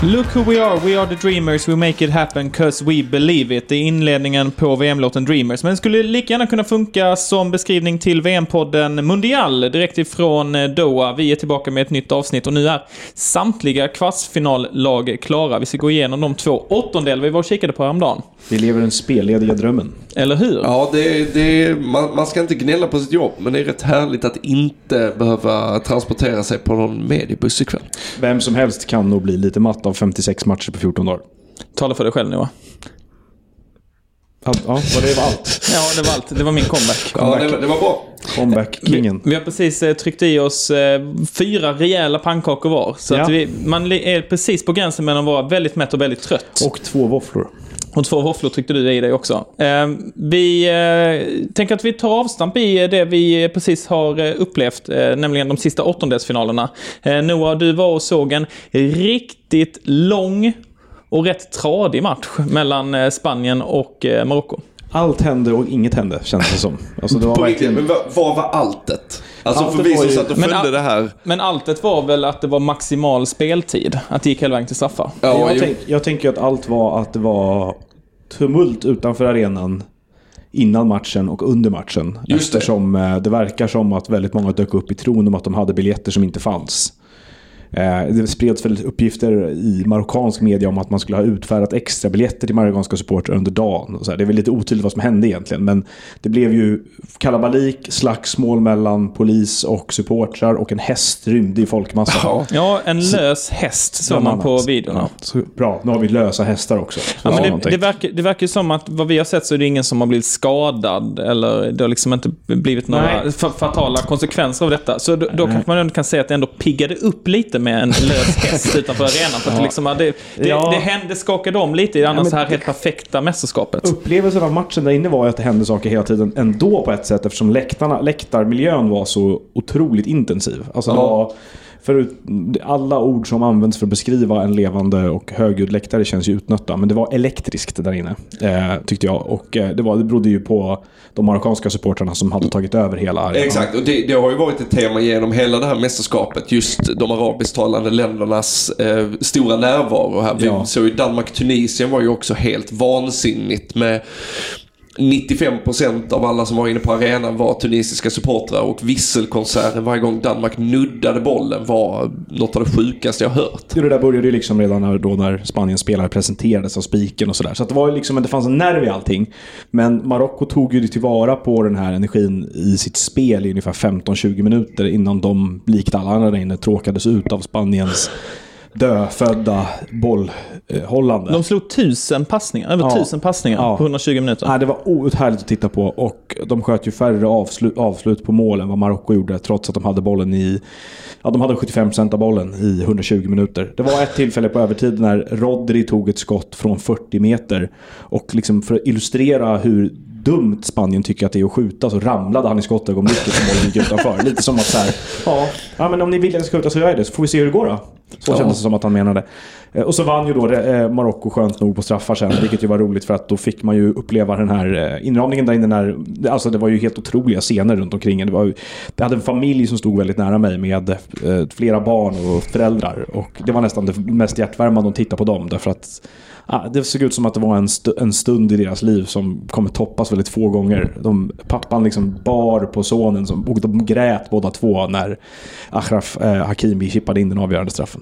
Look who we are the dreamers, we make it happen 'cause we believe it. Det är inledningen på VM-låten Dreamers. Men det skulle lika gärna kunna funka som beskrivning till VM-podden Mundial direkt ifrån Doha. Vi är tillbaka med ett nytt avsnitt och nu är samtliga kvartsfinallag klara. Vi ska gå igenom de 2 åttondelar vi var och kikade på häromdagen. Vi lever den spellediga drömmen. Eller hur? Ja, man ska inte gnälla på sitt jobb, men det är rätt härligt att inte behöva transportera sig på någon mediebuss ikväll. Vem som helst kan nog bli lite matt av 56 matcher på 14 dagar. Tala för dig själv nu, va? Ja, det var allt. Ja, det var allt. Det var min comeback. Ja, det var bra. Comeback-kingen. Vi har precis tryckt i oss 4 rejäla pannkakor var. Så att man är precis på gränsen mellan att vara väldigt mätt och väldigt trött. Och 2 våfflor. Och 2 våfflor tryckte du i dig också. Vi tänker att vi tar avstamp i det vi precis har upplevt, nämligen de sista åttondelsfinalerna. Noah, du var och såg en riktigt lång och rätt tradig match mellan Spanien och Marocko. Allt hände och inget hände, känns det som. Alltså, det var verkligen... Men vad var alltet? Alltså alltet för vi som ju... satt och följde det här. Men alltet var väl att det var maximal speltid. Att det gick hela vägen till straffar. Ja, jag tänker att allt var att det var tumult utanför arenan innan matchen och under matchen. Just eftersom det verkar som att väldigt många dök upp i tron om att de hade biljetter som inte fanns. Det spreds väl uppgifter i marockansk media om att man skulle ha utfärdat extra biljetter till marockanska supporter under dagen. Och så här. Det är väl lite otydligt vad som hände egentligen, men det blev ju kalabalik, slagsmål mellan polis och supportrar och en häst rymde i folkmassan. Ja, en lös häst såg man på videon. Ja, så bra, nu har vi lösa hästar också. Ja, men det verkar som att vad vi har sett så är det ingen som har blivit skadad eller det har liksom inte blivit några fatala konsekvenser av detta. Så då kanske man ändå kan säga att det ändå piggade upp lite med en lös häst utanför arenan. För att liksom, det skakade om lite i det annars här helt perfekta mästerskapet. Upplevelsen av matchen där inne var att det hände saker hela tiden ändå på ett sätt, eftersom läktarmiljön var så otroligt intensiv. Alltså det var, för alla ord som används för att beskriva en levande och högljudd läktare känns ju utnötta, men det var elektriskt där inne, tyckte jag. Och det berodde ju på de marockanska supportrarna som hade tagit över hela arenan. Exakt, och det har ju varit ett tema genom hela det här mästerskapet, just de arabisktalande ländernas stora närvaro här. Vi såg ju Danmark-Tunisien var ju också helt vansinnigt med 95% av alla som var inne på arenan var tunisiska supportrar och visselkonserten varje gång Danmark nuddade bollen var något av det sjukaste jag hört. Det där började ju liksom redan när Spaniens spelare presenterades av spiken och sådär. Så att det var ju liksom, det fanns en nerv i allting. Men Marocko tog ju tillvara på den här energin i sitt spel i ungefär 15-20 minuter innan de, likt alla andra där inne, tråkades ut av Spaniens dödfödda bollhållande. De slog 1000 passningar, över 1000 passningar på 120 minuter. Ja, det var outhärdligt att titta på, och de sköt ju färre avslut på mål än vad Marocko gjorde, trots att de hade bollen de hade 75% av bollen i 120 minuter. Det var ett tillfälle på övertid när Rodri tog ett skott från 40 meter och liksom för att illustrera hur dumt Spanien tycker att det är att skjuta, så ramlade han i skottögonblicket som bollen gick utanför. Lite som att så här, ja men om ni vill att jag ska skjuta så gör jag det, så får vi se hur det går då. Så kändes det som att han menade. Och så vann ju då Marocko skönt nog på straffar sen, vilket ju var roligt för att då fick man ju uppleva den här inramningen där inne alltså det var ju helt otroliga scener runt omkring. Det hade en familj som stod väldigt nära mig med flera barn och föräldrar, och det var nästan det mest hjärtvärmande att titta på dem, därför att det såg ut som att det var en stund i deras liv som kommer toppas väldigt få gånger. Pappan liksom bar på sonen och de grät båda två när Achraf Hakimi chippade in den avgörande straffen.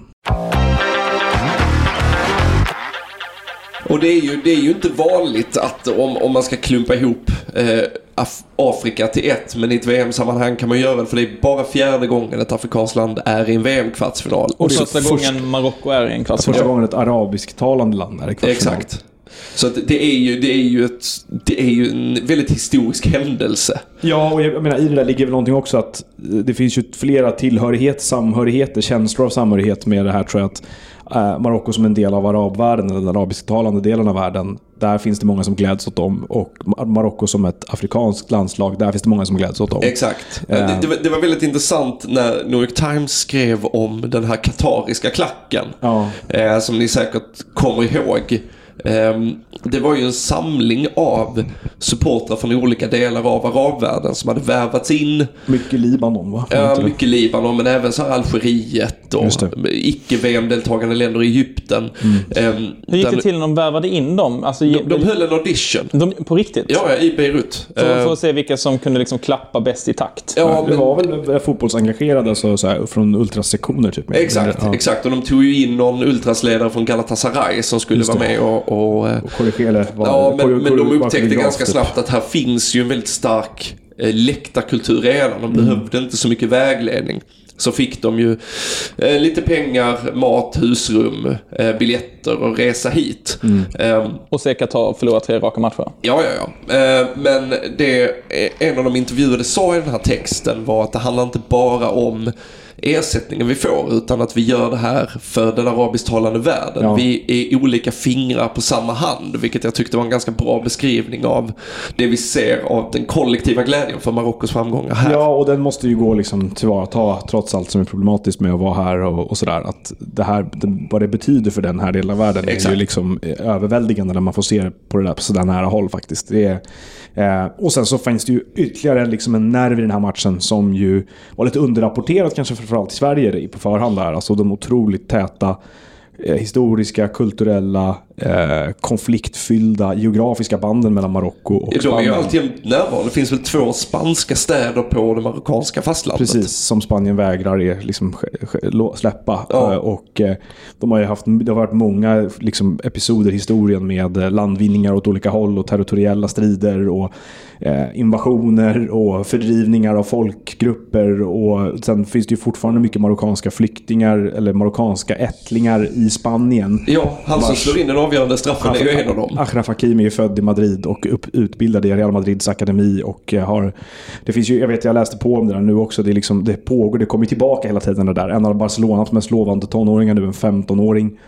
Och det är ju inte vanligt att om man ska klumpa ihop Afrika till ett, men i ett VM-sammanhang kan man göra det, för det är bara 4:e gången ett afrikanskt land är i en VM-kvartsfinal. Och första gången Marocko är i en kvartsfinal. Första gången ett arabisktalande land är i kvartsfinal. Exakt. Så det är ju en väldigt historisk händelse. Ja, och jag menar, i det där ligger väl någonting också att det finns ju flera samhörigheter, känslor av samhörighet med det här, tror jag, att Marocko som en del av arabvärlden, eller den arabisktalande delen av världen, där finns det många som gläds åt dem, och Marocko som ett afrikanskt landslag, där finns det många som gläds åt dem. Exakt. Det var väldigt intressant när New York Times skrev om den här katariska klacken, som ni säkert kommer ihåg, Det var ju en samling av supportrar från olika delar av arabvärlden som hade värvats in. Mycket Libanon, va? Ja, mycket Libanon, men även så här Algeriet och icke-VM-deltagande länder i Egypten. Hur gick det till när de värvade in dem? Alltså, de höll en audition. På riktigt? Ja, i Beirut. För att se vilka som kunde liksom klappa bäst i takt. Ja, det var väl fotbollsengagerade alltså, så här, från ultrasektioner typ. Exakt. Och de tog ju in någon ultrasledare från Galatasaray som skulle vara med och korrigera. Men de upptäckte ganska snabbt att här finns ju en väldigt stark läktarkultur redan. De behövde inte så mycket vägledning. Så fick de ju lite pengar, mat, husrum, biljetter och resa hit. Och se Qatar förlora 3 raka matcher. Ja. Men det en av de intervjuade sa i den här texten var att det handlar inte bara om ersättningen vi får, utan att vi gör det här för den arabisktalande världen. Ja. Vi är olika fingrar på samma hand, vilket jag tyckte var en ganska bra beskrivning av det vi ser av den kollektiva glädjen för Marockos framgångar här. Ja, och den måste ju gå liksom tillvarata trots allt som är problematiskt med att vara här och sådär. Att det här, vad det betyder för den här delen av världen är ju liksom överväldigande när man får se på det där på sådär nära håll faktiskt. Det är, och sen så finns det ju ytterligare liksom en nerv i den här matchen som ju var lite underrapporterat kanske framförallt i Sverige på förhand där. Alltså de otroligt täta historiska, kulturella, konfliktfyllda geografiska banden mellan Marocko och Spanien. De är ju alltid närvarande. Det finns väl 2 spanska städer på det marockanska fastlandet. Precis, som Spanien vägrar liksom släppa. Ja. Och de har ju det har varit många liksom episoder i historien med landvinningar åt olika håll och territoriella strider och invasioner och fördrivningar av folkgrupper, och sen finns det ju fortfarande mycket marockanska flyktingar eller marockanska ättlingar i Spanien. Ja, han som slår in den avgörande straffen är ju en av dem. Achraf Hakimi är född i Madrid och utbildad i Real Madrids akademi och det finns ju, jag läste på om det där nu också, det är liksom, det pågår, det kommer tillbaka hela tiden det där. En av Barcelonas mest lovande tonåringar nu, en 15-åring,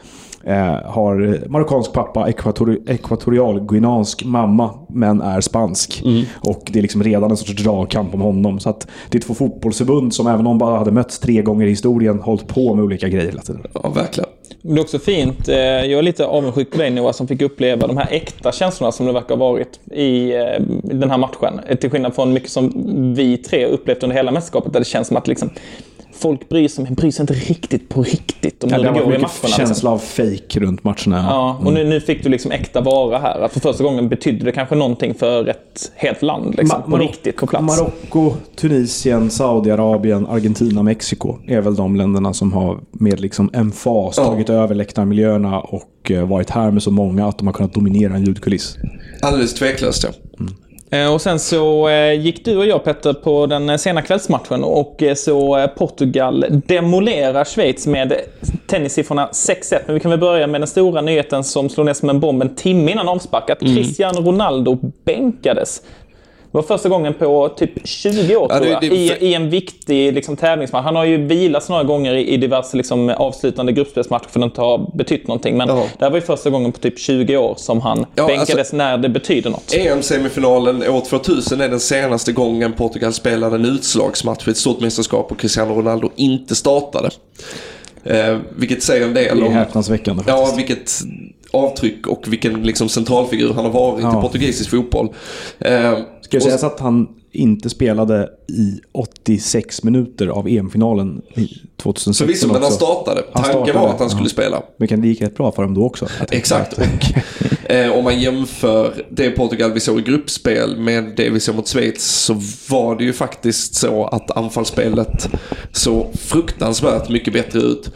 har marockansk pappa, ekvatorial-guinansk mamma, men är spansk. Och det är liksom redan en sorts dragkamp om honom. Så att det är 2 fotbollsförbund som, även om bara hade mötts 3 gånger i historien, hållit på med olika grejer hela tiden. Ja, verkligen. Det är också fint. Jag är lite avundsjuk på dig, Noah, som fick uppleva de här äkta känslorna som det verkar ha varit i den här matchen. Till skillnad från mycket som vi 3 upplevt under hela mästerskapet, där det känns som att liksom folk bryr sig inte riktigt på riktigt om hur det går i matcherna. Känsla av fake runt matcherna. Ja, och nu fick du liksom äkta vara här. Att för första gången betydde det kanske någonting för ett helt land liksom, på riktigt, på plats. Marocko, Tunisien, Saudiarabien, Argentina, Mexiko är väl de länderna som har med liksom emfas tagit över läktarmiljöerna och varit här med så många att de har kunnat dominera en ljudkuliss. Alldeles tveklöst, ja. Och sen så gick du och jag, Petter, på den sena kvällsmatchen och så Portugal demolerar Schweiz med tennissiffrorna 6-1. Men vi kan väl börja med den stora nyheten som slog ner som en bomb en timme innan avspark, att Cristiano Ronaldo bänkades. Det var första gången på typ 20 år, tror jag, i en viktig liksom, tävlingsmatch. Han har ju vilats några gånger i diverse liksom, avslutande gruppspelsmatcher för att det inte har betytt någonting. Men det här var ju första gången på typ 20 år som han bänkades när det betyder något. EM-semifinalen år 2000 är den senaste gången Portugal spelade en utslagsmatch i ett stort mästerskap och Cristiano Ronaldo inte startade. Vilket säger en del om... Det är häpnadsväckande faktiskt. Ja, vilket avtryck och vilken liksom, centralfigur han har varit i portugisisk fotboll. Ska jag säga så att han inte spelade i 86 minuter av EM-finalen 2016 så visst, men han startade. Tanken var att han skulle spela. Men det gick rätt bra för dem då också. Exakt. Och om man jämför det Portugal vi såg i gruppspel med det vi såg mot Schweiz, så var det ju faktiskt så att anfallsspelet så fruktansvärt mycket bättre ut.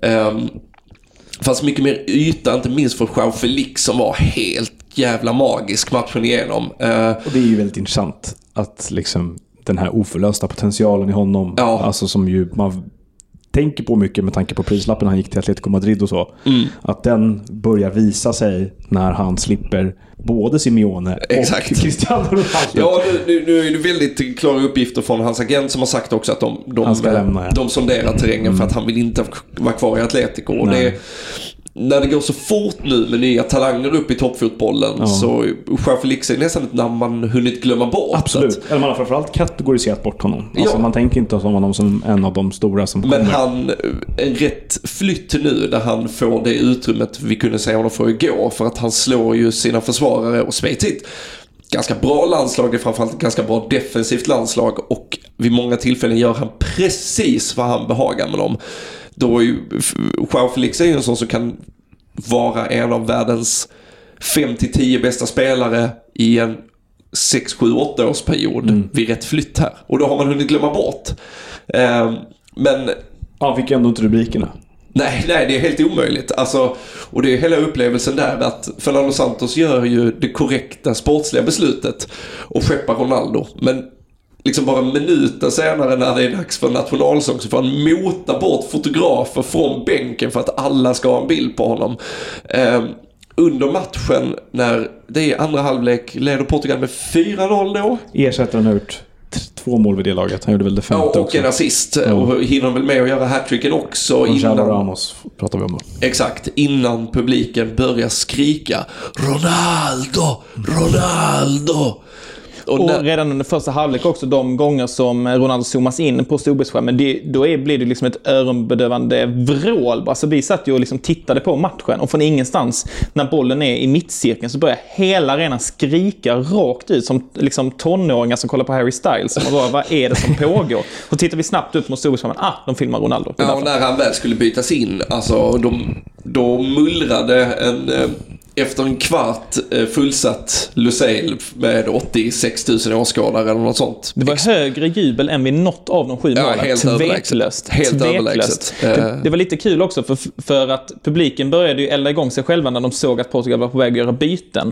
Fanns mycket mer yta, inte minst för João Felix som var helt jävla magisk matchen igenom. Och det är ju väldigt intressant att liksom den här oförlösta potentialen i honom, alltså som ju man tänker på mycket med tanke på prislappen han gick till Atletico Madrid och så, att den börjar visa sig när han slipper både Simeone och Cristiano Ronaldo. Ja, nu är det väldigt klara uppgifter från hans agent som har sagt också att de sonderar terrängen för att han vill inte vara kvar i Atletico. Och när det går så fort nu med nya talanger upp i toppfotbollen så Joao Felix är nästan ett namn man hunnit glömma bort. Absolut. Eller man har framförallt kategoriserat bort honom. Alltså man tänker inte om honom som en av de stora som kommer. Men han är rätt flytt nu där han får det utrymmet vi kunde säga honom få igår, för att han slår ju sina försvarare och Schweiz ganska bra landslag, det är framförallt ett ganska bra defensivt landslag, och vid många tillfällen gör han precis vad han behagar med dem. Då är ju Joao Felix är ju en sån som kan vara en av världens 5-10 bästa spelare i en 6-7-8 årsperiod vid rätt flytt här. Och då har man hunnit glömma bort. Men han fick ändå inte rubrikerna. Nej, det är helt omöjligt. Alltså, och det är hela upplevelsen där att Fernando Santos gör ju det korrekta sportsliga beslutet och skeppar Ronaldo. Men liksom bara minuter senare när det är dags för nationalsång så får han mota bort fotografer från bänken för att alla ska ha en bild på honom. Under matchen när det är andra halvlek leder Portugal med 4-0 då. Ersättaren har gjort 2 mål vid det laget. Han gjorde väl det 5:e också. Och en assist. Och hinner väl med att göra hattricken också. Och innan Ramos pratar vi om det. Exakt. Innan publiken börjar skrika Ronaldo! Ronaldo! Och redan under första halvlek också, de gånger som Ronaldo zoomas in på storbildsskärmen, blir det liksom ett öronbedövande vrål. Alltså vi satt ju och liksom tittade på matchen, och från ingenstans när bollen är i mittcirkeln så börjar hela arenan skrika rakt ut som liksom tonåringar som kollar på Harry Styles. Och bara, vad är det som pågår? Och tittar vi snabbt upp mot storbildsskärmen, de filmar Ronaldo. Ja, och när han väl skulle bytas in, alltså då mullrade efter en kvart fullsatt Lusail med 86 000 åskådare eller något sånt. Det var högre jubel än vid något av de 7 målen. Helt överlägset. Det var lite kul också för att publiken började ju elda igång sig själva när de såg att Portugal var på väg att göra byten.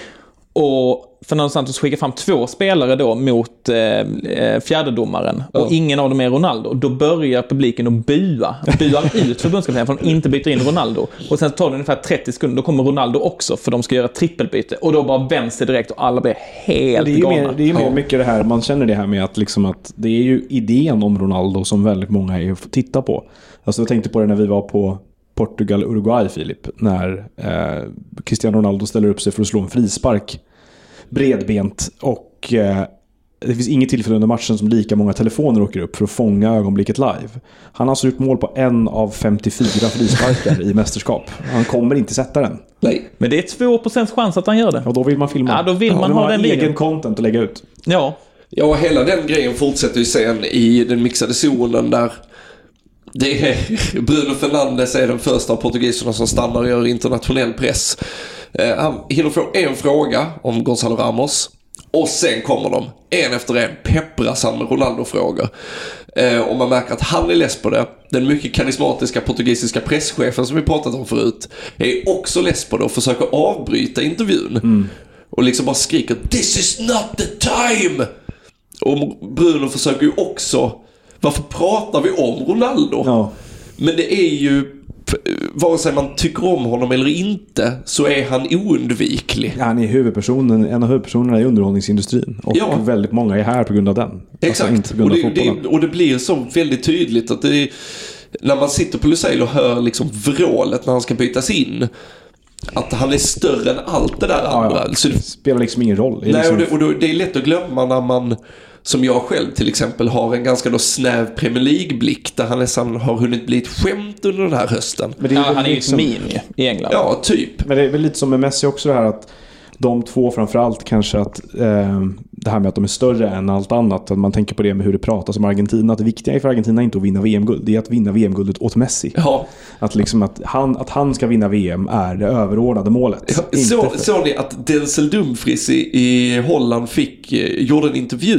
Och Fernando Santos skickar fram 2 spelare då mot fjärdedomaren. Och ingen av dem är Ronaldo. Då börjar publiken att buar ut förbundskaptenen för att de inte byter in Ronaldo. Och sen tar det ungefär 30 sekunder. Då kommer Ronaldo också, för de ska göra trippelbyte. Och då bara vänster direkt och alla blir helt galna. Det är ju mer mycket det här, man känner det här med att, liksom att det är ju idén om Ronaldo som väldigt många är att titta på. Alltså jag tänkte på det när vi var på Portugal-Uruguay, Filip, när Cristiano Ronaldo ställer upp sig för att slå en frispark bredbent, och det finns inget tillfälle under matchen som lika många telefoner åker upp för att fånga ögonblicket live. Han har alltså gjort mål på 1 av 54 frisparkar i mästerskap. Han kommer inte sätta den. Nej. Men det är 2% chans att han gör det. Och då vill man filma. Ja, då vill man ha den egen videon. content att lägga ut. Ja. Ja, hela den grejen fortsätter ju sen i den mixade zonen där det är Bruno Fernandes är den första av portugiserna som stannar och gör internationell press. Han hinner få en fråga om Gonzalo Ramos, och sen kommer de en efter en peppras han med Ronaldo-frågor. Och man märker att han är less på det. Den mycket karismatiska portugisiska presschefen som vi pratat om förut är också less på det och försöker avbryta intervjun. Och liksom bara skriker "This is not the time!" Och Bruno försöker ju också, varför pratar vi om Ronaldo? Ja. Men det är ju, vare sig man tycker om honom eller inte, så är han oundviklig. Ja, han är en av huvudpersonerna i underhållningsindustrin. Och väldigt många är här på grund av den. Exakt. Alltså, inte på grund av fotbollen. Och det blir så väldigt tydligt att det är, när man sitter på Lusail och hör liksom vrålet när han ska bytas in, att han är större än allt det där andra. Ja. Så det spelar liksom ingen roll. Det är lätt att glömma när man, som jag själv till exempel, har en ganska snäv Premier League-blick där han nästan har hunnit bli ett skämt under den här hösten. Men det är han är ju liksom, min i England. Ja, typ. Men det är väl lite som med Messi också det här att de två framförallt kanske att det här med att de är större än allt annat, att man tänker på det med hur det pratas om Argentina, att det viktiga är för Argentina inte att vinna VM-guld, det är att vinna VM-guldet åt Messi. Ja. Att liksom att han ska vinna VM är det överordnade målet. Ja, såg ni att Denzel Dumfries i Holland gjorde en intervju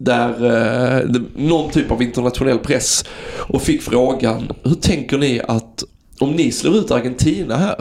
där någon typ av internationell press och fick frågan, hur tänker ni att om ni slår ut Argentina här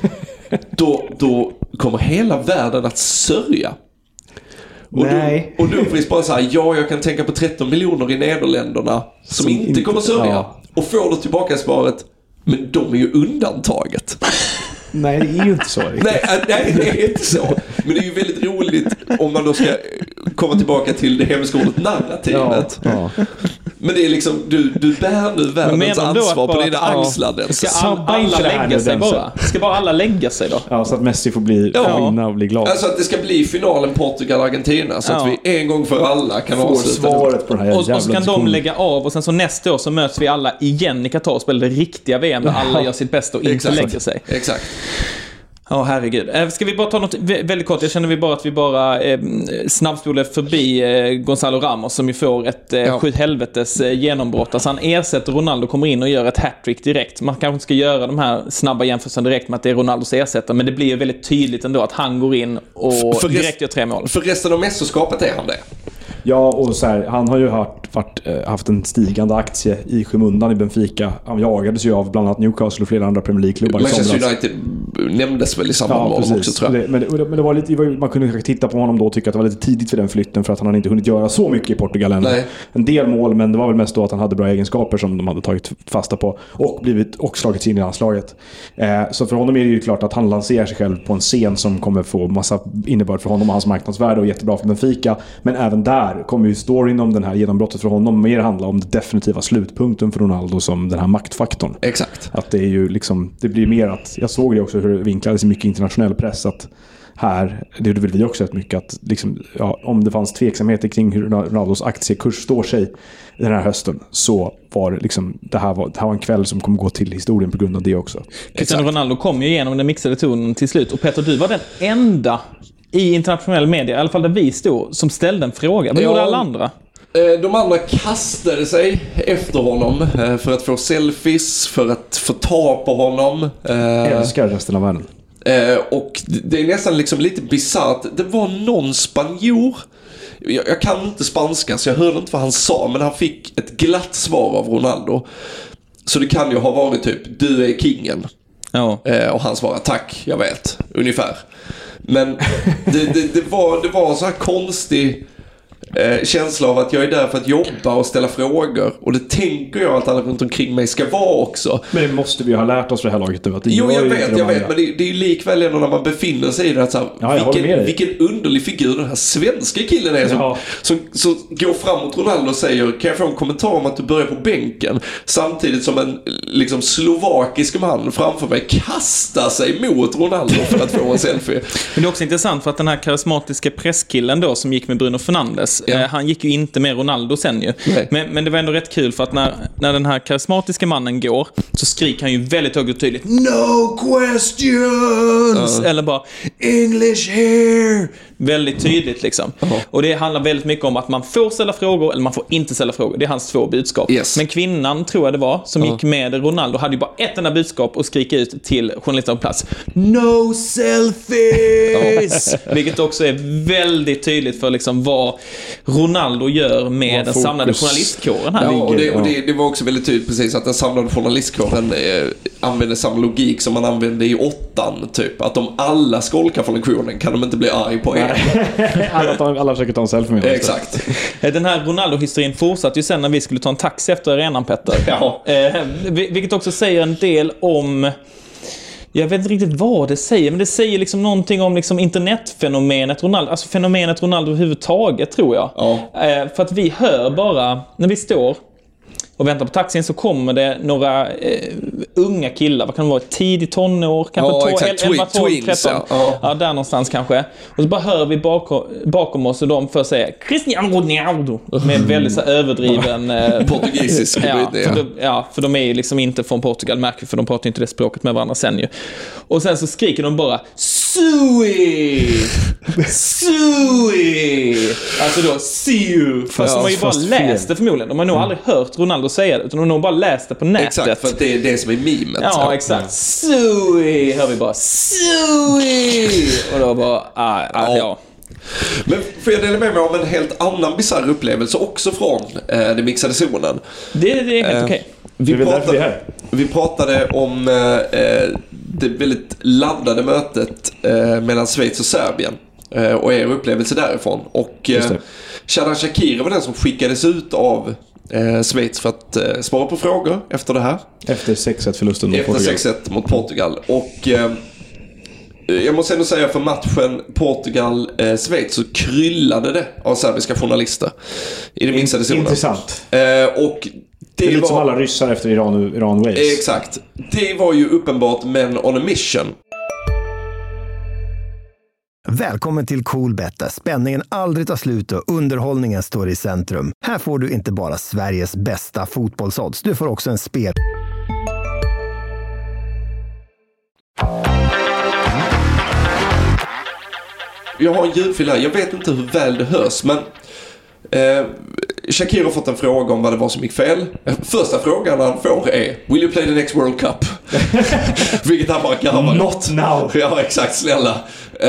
då kommer hela världen att sörja? Och Dumfries bara säger, jag kan tänka på 13 miljoner i Nederländerna som inte kommer sörja. Ja. Och får då tillbaka svaret, men de är ju undantaget. Nej, det är ju inte så. Nej, det är inte så. Men det är ju väldigt roligt om man då ska komma tillbaka till det hemska ordet narrativet. Ja. Men det är liksom, du bär nu världens ansvar på dina axlar. Ska bara alla lägga sig då? Ja, så att Messi får vinna och bli glad. Alltså att det ska bli finalen Portugal-Argentina. Så att vi en gång för alla kan avsluta svaret på det här. Och så kan de lägga av och sen så nästa år så möts vi alla igen i Qatar och spelar det riktiga VM där alla gör sitt bästa och inte lägger sig. Exakt. Ja, herregud. Ska vi bara ta något väldigt kort? Jag känner att vi bara snabbspolar förbi Gonzalo Ramos som ju får ett helvetes genombrott. Alltså han ersätter Ronaldo, kommer in och gör ett hattrick direkt. Man kanske inte ska göra de här snabba jämförelserna direkt med att det är Ronaldos ersättare, men det blir ju väldigt tydligt ändå att han går in och direkt gör 3 mål. För resten av mästerskapet är han det. Ja, och så här, han har ju haft en stigande aktie i skymundan i Benfica. Han jagades ju av bland annat Newcastle och flera andra Premier League-klubbar. Manchester United nämndes väl i samband med honom också, tror jag. Men det var lite, man kunde titta på honom då och tycka att det var lite tidigt för den flytten för att han hade inte hunnit göra så mycket i Portugal än. En del mål, men det var väl mest då att han hade bra egenskaper som de hade tagit fasta på och slagits in i landslaget. Så för honom är det ju klart att han lanserar sig själv på en scen som kommer få massa innebörd för honom och hans marknadsvärde och jättebra för Benfica. Men även där kommer ju storyn om den här genombrottet för honom mer handla om den definitiva slutpunkten för Ronaldo som den här maktfaktorn. Exakt. Att det är ju liksom, det blir mer att, jag såg det också hur det vinklades i mycket internationell press att här, det vill vi också rätt mycket att liksom, om det fanns tveksamheter kring hur Ronaldos aktiekurs står sig den här hösten, så var det liksom, det här var en kväll som kommer gå till historien på grund av det också. Cristiano Ronaldo kom ju igenom den mixade tonen till slut, och Peter, du var den enda i internationell media, i alla fall där vi stod, som ställde en fråga. Vad gjorde alla andra? De andra kastade sig efter honom för att få selfies, för att få ta på honom. Älskar resten av världen. Och det är nästan liksom lite bizarrt. Det var någon spanjor. Jag kan inte spanska så jag hörde inte vad han sa, men han fick ett glatt svar av Ronaldo. Så det kan ju ha varit typ, du är kingen. Ja. Och han svarade, tack, jag vet, ungefär. Men det var så här konstig känsla av att jag är där för att jobba och ställa frågor, och det tänker jag att alla runt omkring mig ska vara också. Men det måste vi ha lärt oss för det här laget. Att det jag vet, men det är ju likväl ändå när man befinner sig i det, att så här, vilken underlig figur den här svenska killen är som går fram mot Ronaldo och säger, kan jag få en kommentar om att du börjar på bänken, samtidigt som en liksom slovakisk man framför mig kastar sig mot Ronaldo för att få en selfie. Men det är också intressant för att den här karismatiska presskillen då som gick med Bruno Fernandes, han gick ju inte med Ronaldo sen ju. Men det var ändå rätt kul för att när den här karismatiska mannen går så skriker han ju väldigt högt och tydligt "No questions!" eller bara "English here!" Väldigt tydligt liksom. Och det handlar väldigt mycket om att man får ställa frågor eller man får inte ställa frågor. Det är hans 2 budskap. Men kvinnan, tror jag det var, som gick med Ronaldo hade ju bara ett enda budskap och skrika ut till journalisterna på plats: "No selfies!" Vilket också är väldigt tydligt för liksom vad Ronaldo gör med den samlade journalistkåren här. Ja, och det var också väldigt tydligt precis att den samlade journalistkåren använder samma logik som man använde i 8:an typ. Att om alla skolkar från lektionen kan de inte bli arg på er. alla försöker ta en selfie med. Exakt. Den här Ronaldo-historien fortsatte ju sen när vi skulle ta en taxi efter arenan, Petter. Ja. Vilket också säger en del om... Jag vet inte riktigt vad det säger, men det säger liksom någonting om liksom internetfenomenet Ronaldo, alltså fenomenet Ronaldo överhuvudtaget, tror jag. För att vi hör bara, när vi står och väntar på taxin, så kommer det några unga killar, vad kan det vara, tidigt tonår, kanske 11, 12, 13. Ja, där någonstans kanske. Och så bara hör vi bakom oss och de för säga Cristiano Ronaldo med väldigt så överdriven portugisisk. För de är ju liksom inte från Portugal, märker vi, för de pratar ju inte det språket med varandra sen ju. Och sen så skriker de bara Sui! Sui! Alltså då, see you! Fast de har ju bara läst det förmodligen. De har nog aldrig hört Ronaldo säga det, utan de har nog bara läst det på nätet. Exakt, för det är det som är memet. Ja, exakt. Sui! Hör vi bara Sui! Och då bara, ja. Men får jag dela med mig om en helt annan bizarr upplevelse också från den mixade zonen? Det är helt okej. Vi pratade om det väldigt laddade mötet mellan Schweiz och Serbien och er upplevelse därifrån. Och Xherdan Shaqiri var den som skickades ut av Schweiz för att svara på frågor efter det här. Efter 6-1 förlusten mot Portugal. Och jag måste ändå säga för matchen Portugal-Schweiz så kryllade det av serbiska journalister i det mixade zonen. Intressant. Och det är lite som alla ryssar efter Iran-Wales. Exakt. Det var ju uppenbart men on a mission. Välkommen till Coolbet där spänningen aldrig tar slut och underhållningen står i centrum. Här får du inte bara Sveriges bästa fotbollsodds, du får också en spel. Jag har en ljudfil här. Jag vet inte hur väl det hörs, men Shakir har fått en fråga om vad det var som gick fel. Första frågan han får är: Will you play the next World Cup? Vilket han bara garvar. Not now. Ja, exakt, snälla.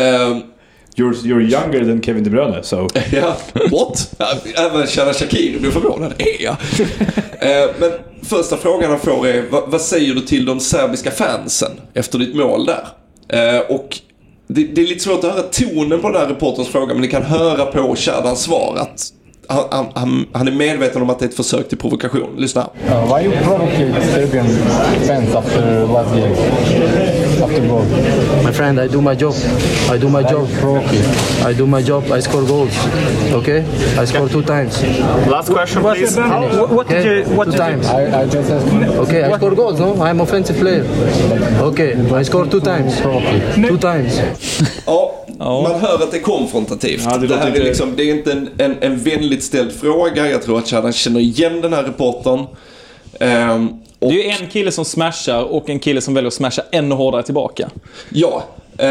You're younger than Kevin De Bruyne, so... Ja, what? Även kära Shakir blir förvånad. Ja. Men första frågan han får är: vad säger du till de serbiska fansen efter ditt mål där? Och det är lite svårt att höra tonen på den här reporterns fråga, men ni kan höra på Shadans svar att han är medveten om att det är ett försök till provokation. Lyssna. Why you provocate Serbian fans after last game? After goal? My friend, I do my job. I do my job. I score goals. Okay? I score 2 times. Last question, please. What did you... I just asked. Okay, I score goals, no? I'm offensive player. Okay, I score 2 times. 2 times. Ja, man hör att det är konfrontativt. Ja, det här är liksom, det är inte en vänligt ställd fråga. Jag tror att Shadan känner igen den här reportern. Det är ju en kille som smashar och en kille som väljer att smasha ännu hårdare tillbaka. Ja,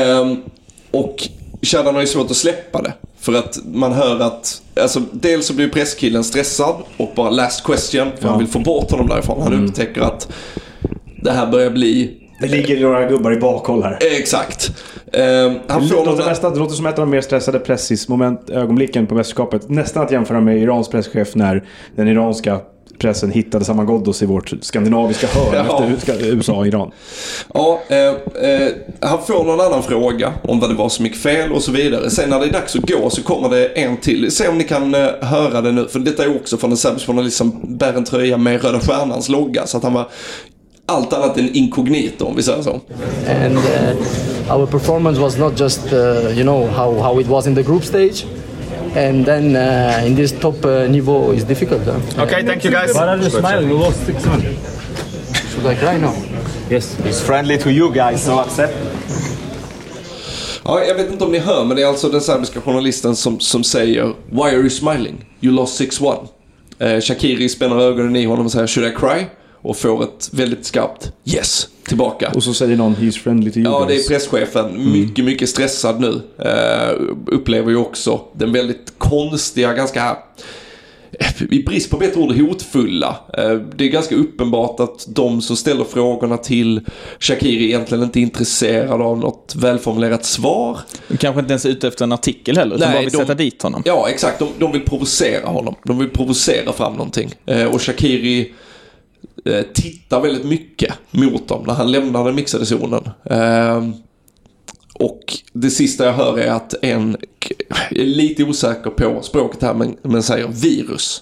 och Shadan har ju svårt att släppa det. För att man hör att, alltså, dels så blir presskillen stressad och bara last question, för han vill få bort honom därifrån. Han upptäcker att det här börjar bli... Det ligger några gubbar i bakhåll här. Exakt. Det låter som ett av de mer stressade ögonblicken på mästerskapet. Nästan att jämföra med Irans presschef när den iranska pressen hittade samma Ghoddos i vårt skandinaviska hörn efter USA och Iran. Ja, han får någon annan fråga om vad det var som gick fel och så vidare. Sen när det är dags att gå så kommer det en till. Se om ni kan höra det nu. För detta är också från en serbisk journalist som bär en tröja med Röda Stjärnans logga. Så att han var allt annat än inkognito, om vi säger så. And our performance was not just how it was in the group stage. And then in this top niveau is difficult. Okay, thank you guys. Why are you smiling? You lost 6-1. Should I cry now? Yes, he's friendly to you guys, so accept. Ja, jag vet inte om ni hör, men det är alltså den serbiska journalisten som säger: Why are you smiling? You lost 6-1. Shaqiri spänner ögonen i honom och säger: Should I cry? Och får ett väldigt skarpt yes tillbaka. Och så säger någon: He's friendly to you. Ja, det är presschefen. Mycket stressad nu. Upplever ju också den väldigt konstiga, ganska, i brist på bättre ord, hotfulla. Det är ganska uppenbart att de som ställer frågorna till Shaqiri egentligen inte är intresserade av något välformulerat svar. Kanske inte ens ute efter en artikel heller, utan bara vill sätta dit honom. Ja, exakt. De vill provocera honom. De vill provocera fram någonting. Och Shaqiri tittar väldigt mycket mot dem när han lämnar den mixade zonen. Och det sista jag hör är att en är lite osäker på språket här, men säger virus.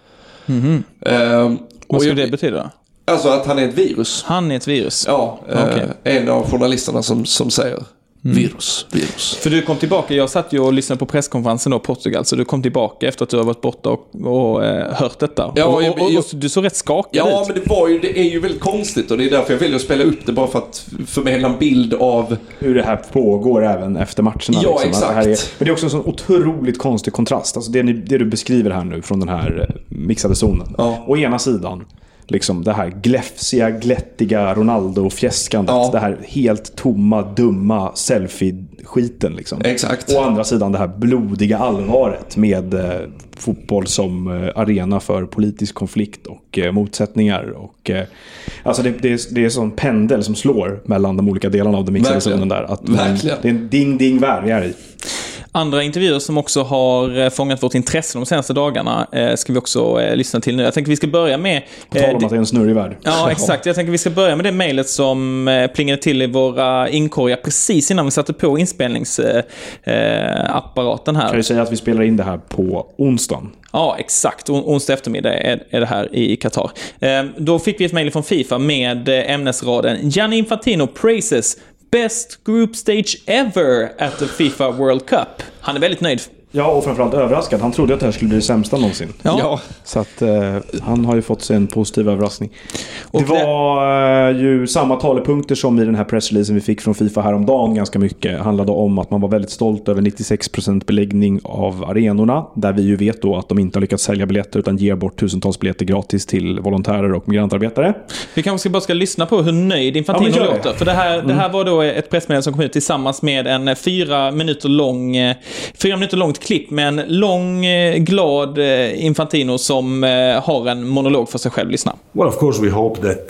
Vad skulle det betyda? Alltså att han är ett virus. Han är ett virus? Ja, en av journalisterna som säger virus. För du kom tillbaka, jag satt ju och lyssnade på presskonferensen då, Portugal, så du kom tillbaka efter att du har varit borta och hört detta. Ja, och du såg rätt skakad ut. Ja, men det är ju väldigt konstigt, och det är därför jag väljer att spela upp det, bara för att förmedla en bild av hur det här pågår även efter matcherna. Ja, liksom. exakt. Men det är också en sån otroligt konstig kontrast. Alltså det du beskriver här nu från den här mixade zonen. Ja. Å ena sidan liksom det här gläfsiga, glättiga Ronaldo-fjäskandet. Ja. Det här helt tomma, dumma selfie-skiten liksom. Exakt. Å andra sidan det här blodiga allvaret med fotboll som arena för politisk konflikt och motsättningar. Och, alltså det är sån pendel som slår mellan de olika delarna av den mixade zonen där. Att det är en ding-ding-värld vi är i. Andra intervjuer som också har fångat vårt intresse de senaste dagarna ska vi också lyssna till nu. Jag tänker vi ska börja med... På tal om att det är en snurrig värld. Ja, exakt. Jag tänker vi ska börja med det mejlet som plingade till i våra inkorgar precis innan vi satte på inspelningsapparaten här. Kan jag säga att vi spelar in det här på onsdagen? Ja, exakt. Onsdag eftermiddag är det här i Qatar. Då fick vi ett mejl från FIFA med ämnesraden: Gianni Infantino praises Best group stage ever at the FIFA World Cup. Han är väldigt nöjd. Ja, och framförallt överraskad. Han trodde att det här skulle bli det sämsta någonsin. Ja. Så att han har ju fått sig en positiv överraskning. Och det var ju samma talepunkter som i den här pressreleasen vi fick från FIFA häromdagen ganska mycket. Handlade om att man var väldigt stolt över 96% beläggning av arenorna. Där vi ju vet då att de inte har lyckats sälja biljetter utan ger bort tusentals biljetter gratis till volontärer och migrantarbetare. Vi kanske bara ska lyssna på hur nöjd Infantino låter. För det här var då ett pressmeddelande som kom ut tillsammans med en 4 minuter långt klipp med en lång, glad Infantino som har en monolog för sig själv. Lyssna. Well, of course we hope that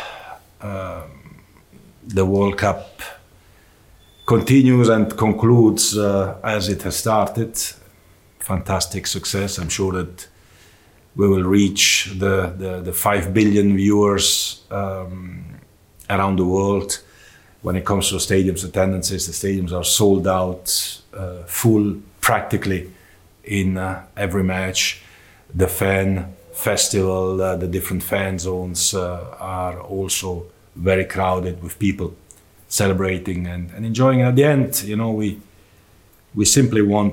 the World Cup continues and concludes as it has started. Fantastic success. I'm sure that we will reach the 5 billion viewers around the world. When it comes to stadiums attendances, the stadiums are sold out, full practically in every match. The fan festival, the different fan zones are also very crowded with people celebrating and enjoying. At the end, you know, we simply want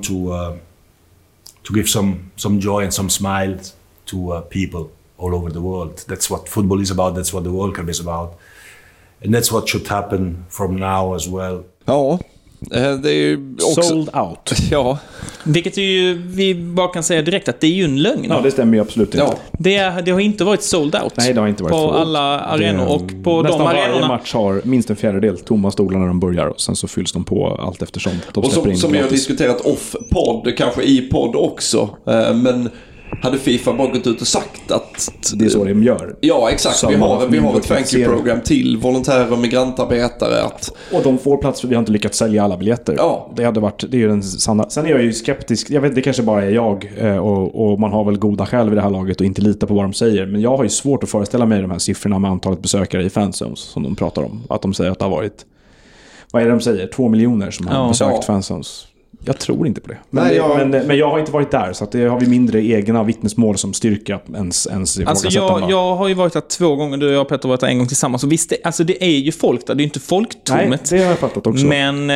to give some joy and some smiles to people all over the world. That's what football is about. That's what the World Cup is about. And that's what should happen from now as well. Ja, det är ju också... Sold out. Ja. Vilket är ju, vi bara kan säga direkt att det är ju en lögn. Ja, det stämmer ju absolut inte. Ja. Det har inte varit sold out. Nej, det har inte varit på sold out. alla arenor och på de arenorna. Nästan varje match har minst en fjärdedel tomma stolar när de börjar och sen så fylls de på allt eftersom de och som vi har diskuterat off-podd, kanske i podd också. Men hade FIFA bara gått ut och sagt att... Det är så de gör. Ja, exakt. Vi har ett thank you-program till volontärer och migrantarbetare. Och de får plats för vi har inte lyckats sälja alla biljetter. Ja. Det är ju den sanna... Sen är jag ju skeptisk. Jag vet, det kanske bara är jag. Och man har väl goda skäl vid det här laget och inte lita på vad de säger. Men jag har ju svårt att föreställa mig de här siffrorna med antalet besökare i fanzones som de pratar om. Att de säger att det har varit... Vad är det de säger? 2 miljoner som har besökt fanzones. Jag tror inte på det. Men jag har inte varit där, så att det har vi mindre egna vittnesmål som styrka ens alltså jag har ju varit där 2 gånger. Du och jag, Petter, har varit där en gång tillsammans. Och visst, det är ju folk där. Det är ju inte folktommet. Nej, det har jag fattat också. Men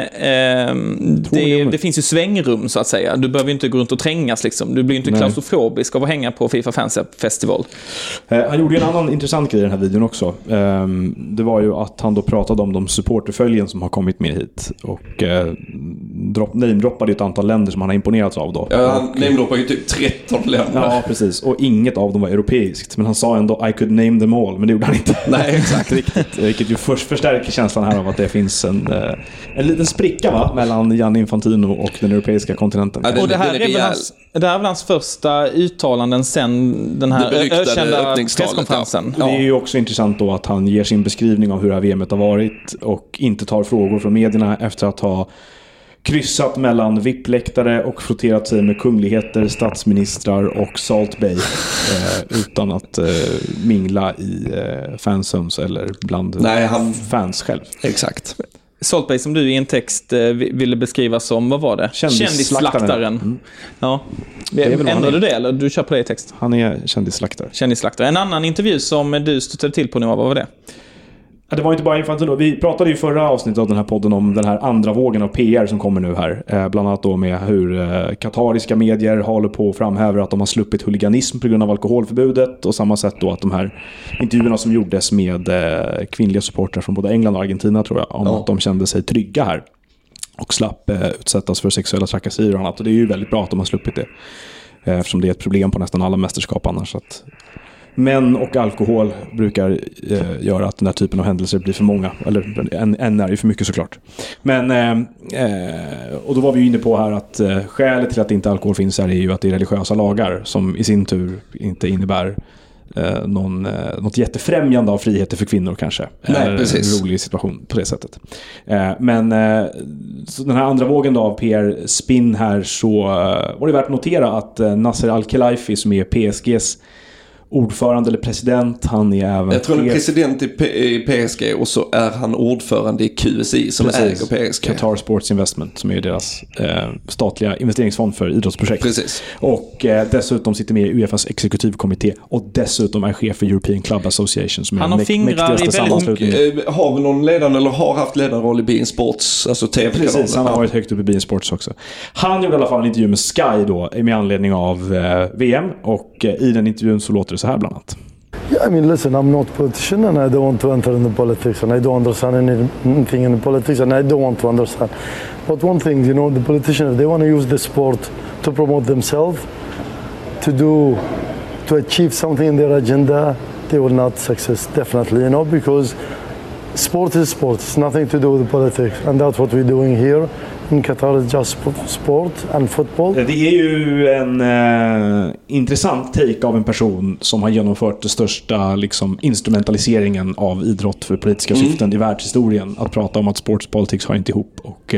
det finns ju svängrum, så att säga. Du behöver ju inte gå runt och trängas liksom. Du blir ju inte klaustrofobisk av att hänga på FIFA Fans Festival. Han gjorde ju en annan intressant grej i den här videon också. Det var ju att han då pratade om de supporterföljen som har kommit med hit. Och namedroppade ett antal länder som han har imponerats av då. Ja, han namedroppade ju typ 13 länder. Ja, precis. Och inget av dem var europeiskt. Men han sa ändå I could name them all. Men det gjorde han inte. Nej, exakt. Riktigt. Vilket ju först förstärker känslan här av att det finns en liten spricka mellan Gianni Infantino och den europeiska kontinenten. Ja, och det här är väl hans första uttalanden sen den här ökända presskonferensen. Ja. Det är ju också intressant då att han ger sin beskrivning av hur det här VM:et har varit och inte tar frågor från medierna efter att ha kryssat mellan VIP-läktare och frotterat sig med kungligheter, statsministrar och Salt Bay utan att mingla i fanzones eller bland fans själv. Exakt. Salt Bay som du i en text ville beskriva som, vad var det? Kändisslaktaren. Ja. Ändrar du det eller du kör på det i text? Han är kändisslaktare. En annan intervju som du stöttade till på nu, vad var det? Ja, det var inte bara Infantino. Vi pratade ju förra avsnittet av den här podden om den här andra vågen av PR som kommer nu här. Bland annat då med hur katariska medier håller på och framhäver att de har sluppit huliganism på grund av alkoholförbudet. Och samma sätt då att de här intervjuerna som gjordes med kvinnliga supportrar från både England och Argentina, tror jag, om att de kände sig trygga här och slapp utsättas för sexuella trakasserier och annat. Och det är ju väldigt bra att de har sluppit det. Eftersom det är ett problem på nästan alla mästerskap annars. Att män och alkohol brukar göra att den här typen av händelser blir för många. Eller en är ju för mycket såklart. Men, och då var vi ju inne på här att skälet till att inte alkohol finns här är ju att det är religiösa lagar som i sin tur inte innebär något jättefrämjande av friheter för kvinnor kanske. Nej, precis. En rolig situation på det sättet. Men så den här andra vågen då av PR-spin här, så var det värt att notera att Nasser Al-Khelaifi som är PSGs ordförande eller president. Han är även... Jag tror han är president i PSG och så är han ordförande i QSI som äger PSG. Qatar Sports Investment som är deras statliga investeringsfond för idrottsprojekt. Precis. Och dessutom sitter med i UEFAs exekutivkommitté och dessutom är chef för European Club Association som är han har fingrar i väldigt... Har vi någon ledande eller har haft ledarroll i beIN Sports, alltså TV-kanalen? Precis, han har varit högt upp i beIN Sports också. Han gjorde i alla fall en intervju med Sky då med anledning av VM och i den intervjun så låter det så här bland annat. Yeah, I mean, listen, I'm not a politician and I don't want to enter into politics and I don't understand anything in politics and I don't want to understand. But one thing, you know, the politicians, if they want to use the sport to promote themselves, to achieve something in their agenda, they will not success, definitely, you know, because sport is sport. It's nothing to do with politics and that's what we're doing here. In Qatar is just sport and football. Det är ju en intressant take av en person som har genomfört det största liksom, instrumentaliseringen av idrott för politiska syften i världshistorien. Att prata om att sports politics har inte ihop och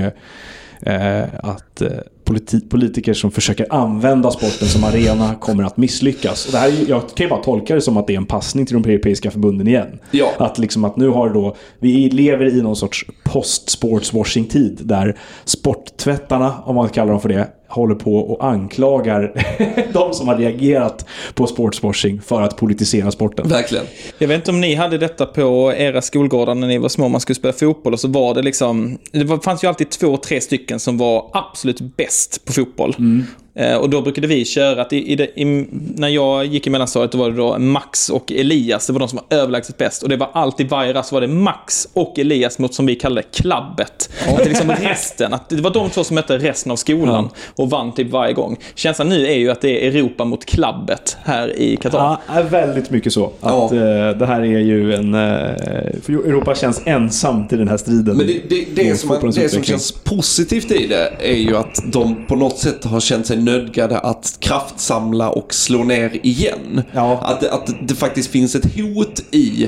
att politiker som försöker använda sporten som arena kommer att misslyckas. Och det här, jag kan ju bara tolka det som att det är en passning till de europeiska förbunden igen. Ja. Att liksom att nu har då vi lever i någon sorts post-sportswashing-tid där sporttvättarna, om man kallar dem för det, håller på och anklagar de som har reagerat på sportswashing för att politisera sporten. Verkligen. Jag vet inte om ni hade detta på era skolgårdar när ni var små, man skulle spela fotboll och så var det liksom, fanns ju alltid 2-3 stycken som var absolut bäst på fotboll. Och då brukade vi köra att när jag gick i mellanstadiet, då var det då Max och Elias, det var de som var överlägset bäst, och det var alltid varje rast var det Max och Elias mot, som vi kallade, klabbet. Att det liksom resten, att det var de två som mötte resten av skolan och vann typ varje gång. Känslan nu är ju att det är Europa mot klabbet här i Qatar. Ja, är väldigt mycket så. Att det här är ju en... för Europa känns ensamt i den här striden. Men det som känns positivt i det är ju att de på något sätt har känt sig nödgade att kraftsamla och slå ner igen. Ja. Att det faktiskt finns ett hot i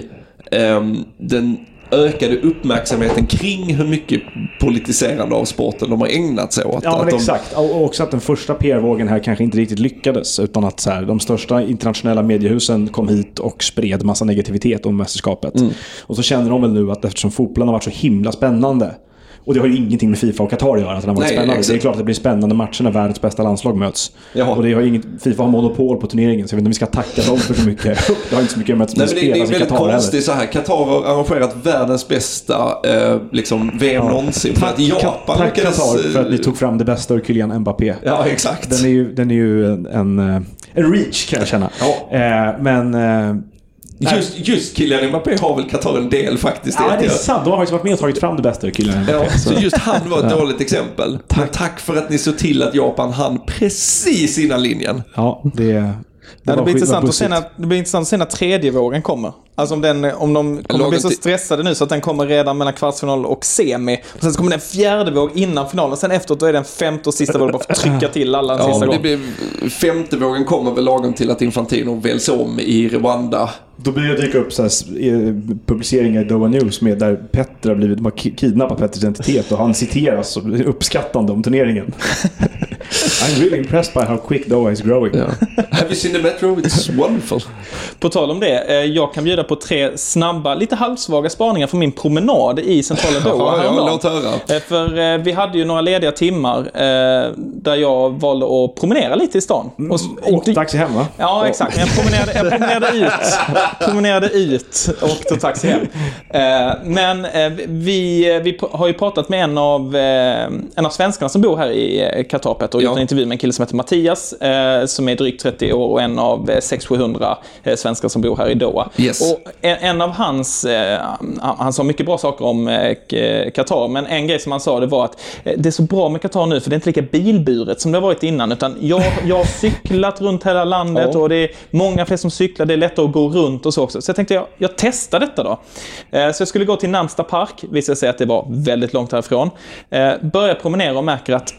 den ökade uppmärksamheten kring hur mycket politiserande av sporten de har ägnat sig åt. Ja, men exakt. Och också att den första PR-vågen här kanske inte riktigt lyckades, utan att så här, de största internationella mediehusen kom hit och spred massa negativitet om mästerskapet. Och så känner de väl nu att eftersom fotbollen har varit så himla spännande, och det har ju ingenting med FIFA och Qatar att göra, att det har varit spännande. Exakt. Det är klart att det blir spännande matcher när världens bästa landslag möts. Jaha. Och det har ju FIFA har monopol på turneringen, så jag vet inte om vi ska tacka dem för så mycket. Det har inte så mycket med att spela. Det är väldigt konstigt så här. Qatar har arrangerat världens bästa VM någonsin. Tack Qatar för att ni tog fram det bästa ur Kylian Mbappé. Ja, exakt. Den är ju en reach, kan jag känna. Ja. Men... Just Kylian Mbappé har väl Qatar en del faktiskt. Ja, det är sant. De har faktiskt varit med och tagit fram det bästa ur Kylian Mbappé. Ja, så just han var ett dåligt exempel. Tack för att ni såg till att Japan hann precis innan linjen. Ja, det blir intressant att se när tredje vågen kommer. Alltså om de kommer bli så stressade nu så att den kommer redan mellan kvartsfinal och semi. Och sen så kommer den fjärde våg innan finalen. Sen efteråt då är den femte och sista vågen bara för att trycka till alla en sista gång. Femte vågen kommer väl lagom till att Infantino väljs om i Rwanda. Då blir det dyka upp så här, publiceringar i Doha News med där Petter har blivit kidnappat Petters identitet och han citeras uppskattande om turneringen. I'm really impressed by how quick Doha is growing. Yeah. Have you seen the metro? It's wonderful. På tal om det, jag kan bjuda på 3 snabba, lite halvsvaga spaningar från min promenad i centrala Doha. Låt höra. För vi hade ju några lediga timmar där jag valde att promenera lite i stan. Och taxi hem, va? Ja, exakt. Jag promenerade ut och tog taxi hem. Men vi har ju pratat med en av svenskarna som bor här i Qatar och gjort en intervju med en kille som heter Mattias som är drygt 30 år och en av 600-700 svenskar som bor här i Doha. Yes. Och en av han sa mycket bra saker om Qatar, men en grej som han sa det var att det är så bra med Qatar nu för det är inte lika bilburet som det har varit innan, utan jag har cyklat runt hela landet och det är många fler som cyklar, det är lättare att gå runt och så också. Så jag tänkte jag testar detta då. Så jag skulle gå till Namsta Park, visade sig att det var väldigt långt härifrån. Börjar promenera och märker att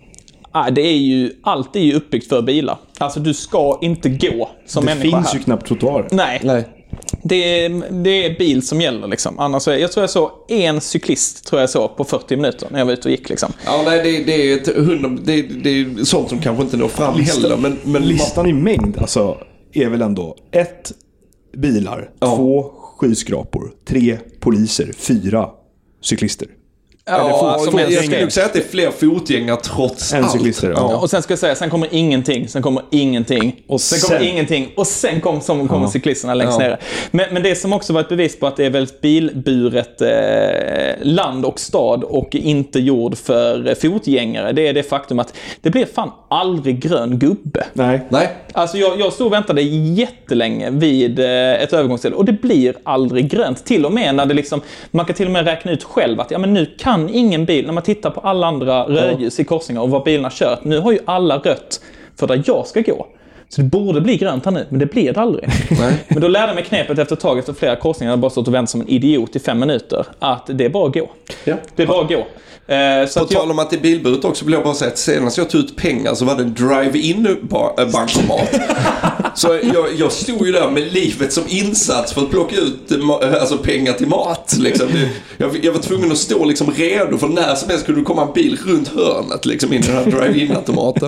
allt är ju uppbyggt för bilar. Alltså du ska inte gå som människa här. Det finns ju knappt trottoar. Nej. Det är bil som gäller liksom. Annars jag tror jag så en cyklist tror jag så på 40 minuter när jag var ute och gick liksom. Ja, nej, det är sånt som kanske inte når fram heller. Men listan i mängd, alltså är väl ändå 1 bilar, 2 skyskrapor, 3 poliser, 4 cyklister. Ja, alltså, jag skulle säga att det är fler fotgängare trots allt. Cyklister, ja. Och sen ska jag säga, sen kommer ingenting, sen kommer ingenting, och sen kommer ingenting, och sen kommer cyklisterna längst nere. Men det som också var ett bevis på att det är väldigt bilburet land och stad och inte gjord för fotgängare, det är det faktum att det blir fan aldrig grön gubbe. Nej. Alltså jag stod och väntade jättelänge vid ett övergångsställe och det blir aldrig grönt. Till och med när det liksom, man kan till och med räkna ut själv att ja, men nu kan ingen bil, när man tittar på alla andra rödljus i korsningar och vad bilarna kört, nu har ju alla rött för där jag ska gå. Så det borde bli grönt här nu, men det blir det aldrig. Nej. Men då lärde jag mig knepet efter ett tag, efter flera korsningar, jag bara stått och vänt som en idiot i 5 minuter, att det är bara att gå. Ja. Det är bara att gå. Så på tal om att det är bilburet också, vill jag bara säga att senast jag tog ut pengar så var det en drive-in bankomat. Så jag stod ju där med livet som insats för att plocka ut alltså pengar till mat liksom. Jag var tvungen att stå liksom redo, för när som helst skulle det komma en bil runt hörnet liksom, in i den här drive-in-automaten.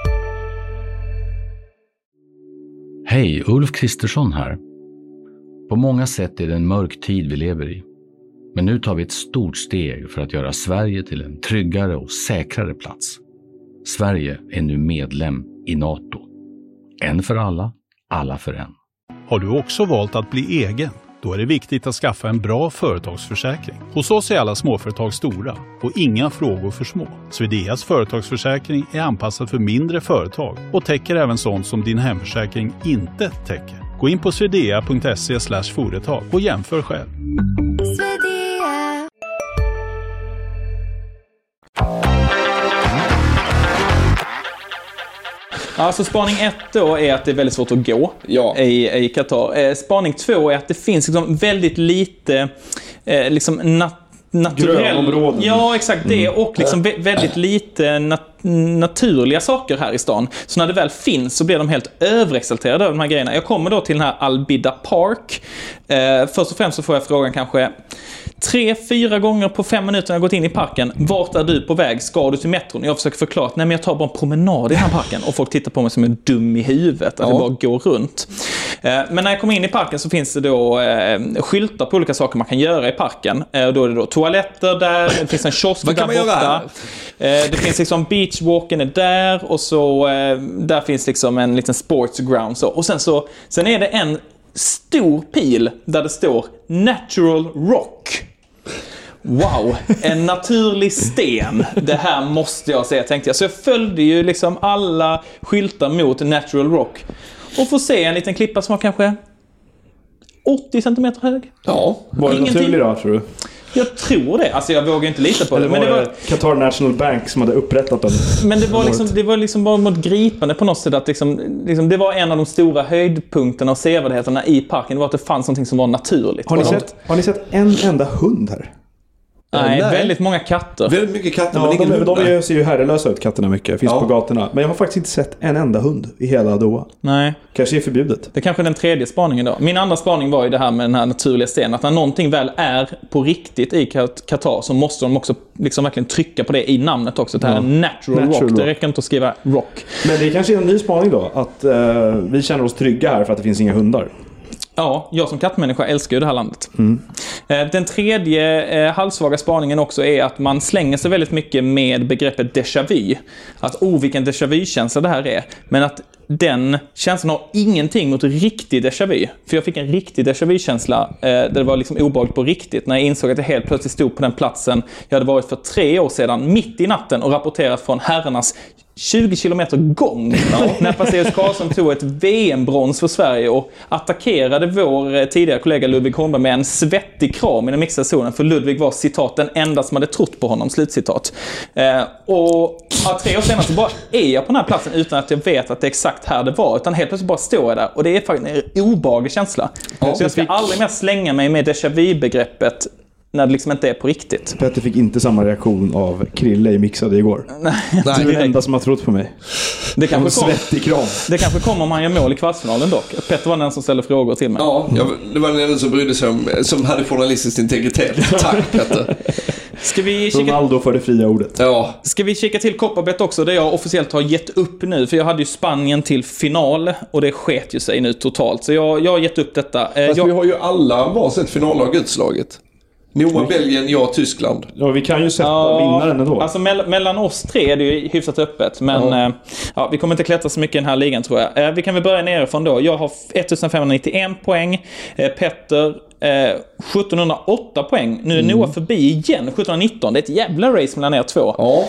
Hej, Ulf Kristersson här. På många sätt är det en mörk tid vi lever i. Men nu tar vi ett stort steg för att göra Sverige till en tryggare och säkrare plats. Sverige är nu medlem i NATO. En för alla, alla för en. Har du också valt att bli egen? Då är det viktigt att skaffa en bra företagsförsäkring. Hos oss är alla småföretag stora och inga frågor för små. Swedeas företagsförsäkring är anpassad för mindre företag och täcker även sånt som din hemförsäkring inte täcker. Gå in på swedea.se/företag och jämför själv. Alltså spaning 1 då är att det är väldigt svårt att gå i Qatar. Spaning 2 är att det finns liksom väldigt lite liksom grönområden. Ja, exakt det. Och liksom väldigt lite naturliga saker här i stan. Så när det väl finns så blir de helt överexalterade över de här grejerna. Jag kommer då till den här Al-Bida Park. Först och främst så får jag frågan kanske 3-4 gånger på 5 minuter när jag gått in i parken. Vart är du på väg? Ska du till metron? Jag försöker förklara att nej, men jag tar bara en promenad i den här parken. Och folk tittar på mig som en dum i huvudet. Att jag bara går runt. Men när jag kommer in i parken så finns det då skyltar på olika saker man kan göra i parken. Och då är det då toaletter där. Det finns en kiosk där borta. Det finns liksom beachwalken är där. Och så där finns liksom en liten sports ground. Så. Och sen är det en stor pil där det står Natural Rock. Wow, en naturlig sten. Det här måste jag säga, tänkte jag. Så jag följde ju liksom alla skyltar mot Natural Rock. Och får se en liten klippa som var kanske 80 cm hög. Ja, var det naturlig då, tror du? Jag tror det. Alltså jag vågar inte lita på det. Men det var Qatar National Bank som hade upprättat den. Men det var liksom bara mot gripande på något sätt att liksom, det var en av de stora höjdpunkterna och sevärdheterna i parken. Det var att det fanns någonting som var naturligt. Har ni sett en enda hund här? Nej, väldigt många katter. Väldigt mycket katter, ja, men ingen hund. De ser ju herrelösa ut, katterna mycket. Finns på gatorna. Men jag har faktiskt inte sett en enda hund i hela Doha. Nej. Kanske är förbjudet. Det är kanske den tredje spaningen då. Min andra spaning var ju det här med den här naturliga stenen. Att när någonting väl är på riktigt i Qatar så måste de också liksom verkligen trycka på det i namnet också. Det här är natural rock. Det räcker inte att skriva rock. Men det är kanske en ny spaning då. Att vi känner oss trygga här för att det finns inga hundar. Ja, jag som kattmänniska älskar ju det här landet. Den tredje halvsvaga spaningen också är att man slänger sig väldigt mycket med begreppet déjà vu. Att vilken déjà vu-känsla det här är. Men att den känslan har ingenting mot riktig déjà vu. För jag fick en riktig déjà vu-känsla där det var liksom obehagligt på riktigt. När jag insåg att jag helt plötsligt stod på den platsen jag hade varit för 3 år sedan mitt i natten och rapporterat från herrarnas 20 kilometer gång när Passeus Karlsson tog ett VM-brons för Sverige och attackerade vår tidigare kollega Ludvig Holmberg med en svettig kram i den mixade zonen, för Ludvig var, citat, den enda som hade trott på honom, slutcitat. Och 3 år senare så bara är jag på den här platsen utan att jag vet att det är exakt här det var, utan helt plötsligt bara står jag där och det är faktiskt en obehaglig känsla. Så jag ska aldrig mer slänga mig med déjà vu-begreppet när det liksom inte är på riktigt. Petter fick inte samma reaktion av Krille i mixade igår. Nej, du är den enda som har trott på mig. Det kanske svettig kram. Det kanske kommer om han gör mål i kvartsfinalen dock. Petter var den som ställde frågor till mig. Ja, det var den enda som brydde sig om, som hade journalistisk integritet. Tack, Petter. Ska vi kika... Ronaldo för det fria ordet. Ja. Ska vi kika till Coppabet också, där jag officiellt har gett upp nu. För jag hade ju Spanien till final och det sket ju sig nu totalt. Så jag har gett upp detta. Fast vi har ju alla varsitt finallag utslaget. Noma, Belgien, jag, Tyskland. Ja, vi kan ju sätta vinnaren ändå. Alltså mellan oss tre är det ju hyfsat öppet. Men vi kommer inte klättra så mycket i den här ligan, tror jag. Vi kan väl börja nerifrån då. Jag har 1591 poäng. Petter 1708 poäng. Nu är Noah förbi igen, 1719. Det är ett jävla race mellan er två. Ja.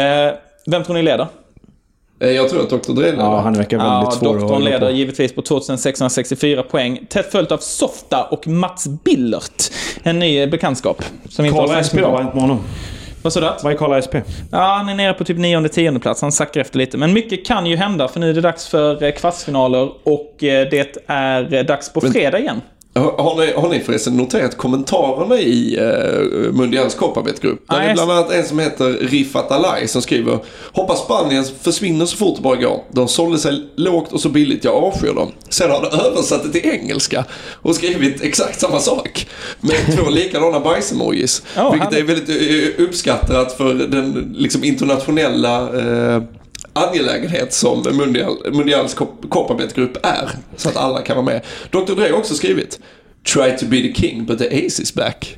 Vem tror ni leder? Jag tror att Dr. Dre leder. Ja, han verkar väldigt svår att doktorn leder givetvis på 2664 poäng. Tätt följt av Softa och Mats Billert. En ny bekantskap. Som inte Karla SP, vad har hänt med honom? Vad sa du? Vad är Karla SP? Ja, han är nere på typ 9-10 plats. Han sackar efter lite. Men mycket kan ju hända, för nu är det dags för kvartsfinaler. Och det är dags på fredag igen. Har ni förresten noterat kommentarerna i Mundials Coppabet-grupp? Där är bland annat en som heter Rifat Alai som skriver: hoppas Spanien försvinner så fort det bara går. De sålde sig lågt och så billigt, jag avskyr dem. Sen har han översatt det till engelska och skrivit exakt samma sak med 2 likadana bajs-emojis. Vilket är väldigt uppskattat för den liksom internationella angelägenhet som Mundials Coppabet-grupp är, så att alla kan vara med. Dr. Dre har också skrivit: try to be the king but the ace is back.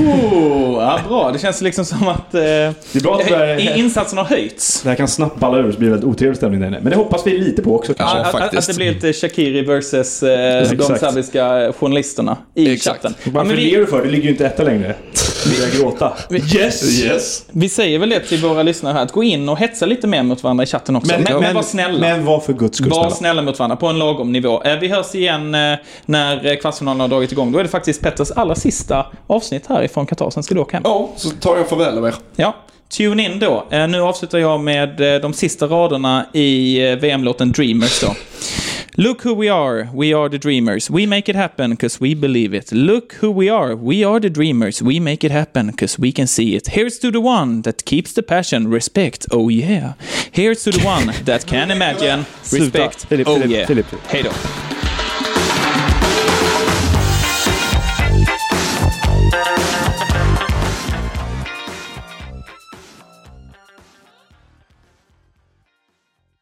Ja, bra. Det känns liksom som att det är bra att insatsen har höjts. Det här kan snabbt balla ur, så blir det väldigt otrevlig stämning där inne. Men det hoppas vi lite på också kanske. Att det blir lite Shaqiri versus de serbiska journalisterna i chatten. Varför ler du för? Det ligger ju inte etta längre. Vill jag gråta? Yes. Vi säger väl det till våra lyssnare här, att gå in och hetsa lite mer mot varandra i chatten också. Men var snälla. Men var för guds skull var snälla mot varandra på en lagom nivå. Vi hörs igen när kvartsfinalen har dragit igång. Då är det faktiskt Petters allra sista avsnitt här ifrån Qatar. Sen ska du åka hem. Ja, så tar jag farväl av er. Ja, tune in då. Nu avslutar jag med de sista raderna i VM-låten Dreamers då. Look who we are the dreamers. We make it happen 'cause we believe it. Look who we are the dreamers. We make it happen 'cause we can see it. Here's to the one that keeps the passion, respect, oh yeah. Here's to the one that can imagine, respect, oh yeah. Hej då.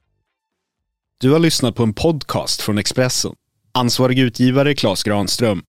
Du har lyssnat på en podcast från Expressen. Ansvarig utgivare Claes Granström.